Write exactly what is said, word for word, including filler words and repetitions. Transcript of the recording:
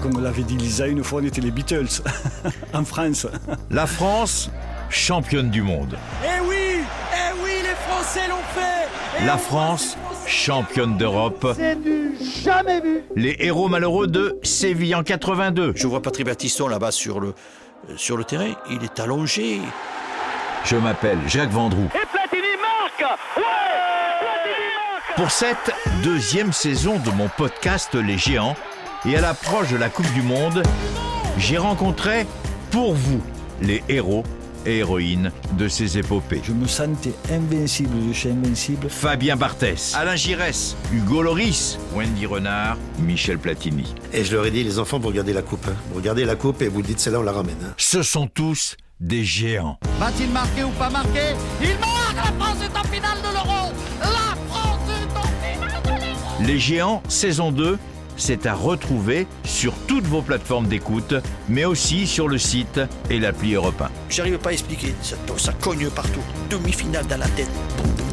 Comme l'avait dit Lisa, une fois on était les Beatles, en France. La France, championne du monde. Eh oui, eh oui, les Français l'ont fait. Et La France, championne d'Europe. C'est du jamais vu. Les héros malheureux de Séville en quatre-vingt-deux. Je vois Patrick Battiston là-bas sur le, euh, sur le terrain, il est allongé. Je m'appelle Jacques Vendroux. Et Platini marque. Ouais, Platini marque. Pour cette deuxième saison de mon podcast Les Géants, et à l'approche de la Coupe du Monde, j'ai rencontré pour vous les héros et héroïnes de ces épopées. Je me sentais invincible, je suis invincible. Fabien Barthès, Alain Giresse, Hugo Loris, Wendy Renard, Michel Platini. Et je leur ai dit, les enfants, vous regardez la coupe. Hein. Vous regardez la coupe et vous dites, celle-là, on la ramène. Hein. Ce sont tous des géants. Va-t-il marquer ou pas marquer? Il marque. La France est en finale de l'Euro. La France est en finale de l'Euro. Les Géants, saison deux, c'est à retrouver sur toutes vos plateformes d'écoute, mais aussi sur le site et l'appli Europe un. J'arrive pas à expliquer, ça, ça cogne partout. Demi-finale dans la tête. Boum, boum.